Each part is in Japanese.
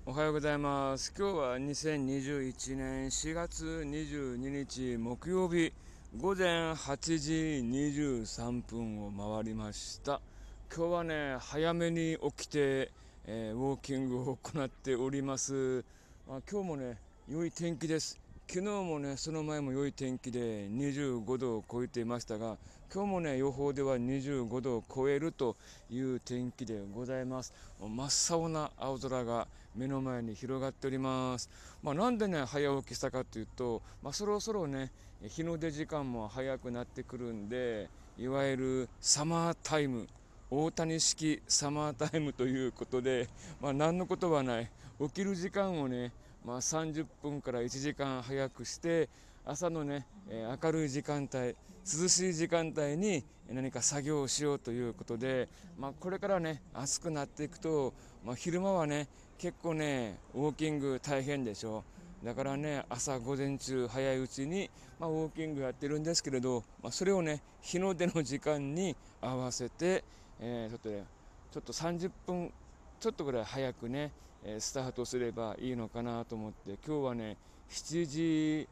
おはようございます。今日は2021年4月22日木曜日午前8時23分を回りました。今日はね、早めに起きて、ウォーキングを行っております。今日もね、良い天気です。昨日もね、その前も良い天気で25度を超えていましたが、今日もね、予報では25度を超えるという天気でございます。真っ青な青空が目の前に広がっております。なんでね、早起きしたかというと、そろそろね、日の出時間も早くなってくるんで、いわゆるサマータイム、大谷式サマータイムということで、何のことはない。起きる時間をね、30分から1時間早くして、朝のね、明るい時間帯、涼しい時間帯に何か作業をしようということで、これからね、暑くなっていくと、昼間はね、結構ね、ウォーキング大変でしょう。だからね、朝午前中早いうちに、ウォーキングやってるんですけれど、それをね、日の出の時間に合わせて、ちょっと30分ちょっとぐらい早くね、スタートすればいいのかなと思って、今日はね、7時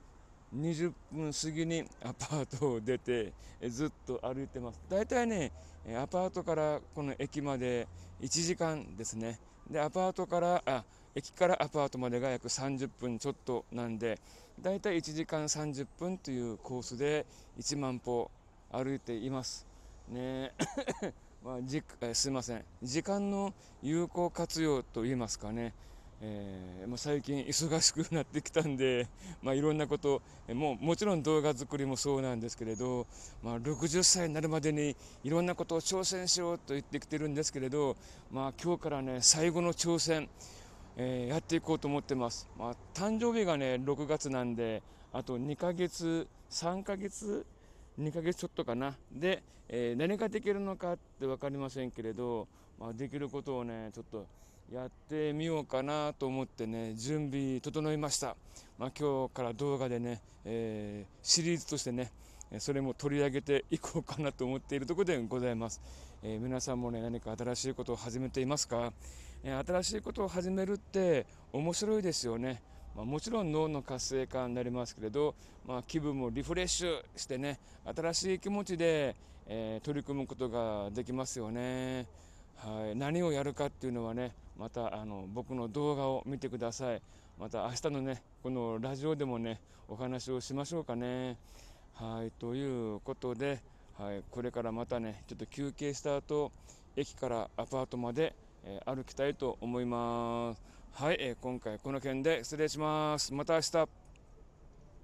20分過ぎにアパートを出て、ずっと歩いてます。だいたいね、アパートからこの駅まで1時間ですね。で、駅からアパートまでが約30分ちょっとなんで、だいたい1時間30分というコースで1万歩歩いていますね。すいません、時間の有効活用といいますかね、最近忙しくなってきたんで、いろんなこと、もちろん動画作りもそうなんですけれど、60歳になるまでにいろんなことを挑戦しようと言ってきてるんですけれど、今日からね、最後の挑戦、やっていこうと思ってます。誕生日がね、6月なんで、あと2ヶ月、3ヶ月、2ヶ月ちょっとかな。で、何ができるのかって分かりませんけれど、できることをね、ちょっとやってみようかなと思ってね、準備整いました。今日から動画でね、シリーズとしてね、それも取り上げていこうかなと思っているところでございます。皆さんもね、何か新しいことを始めていますか？新しいことを始めるって面白いですよね。もちろん脳の活性化になりますけれど、気分もリフレッシュしてね、新しい気持ちで、取り組むことができますよね。はい、何をやるかっていうのはね、また僕の動画を見てください。また明日のね、このラジオでもね、お話をしましょうかね。はい、ということで、はい、これからまたね、ちょっと休憩した後、駅からアパートまで、歩きたいと思います。はい、今回この件で失礼します。また明日。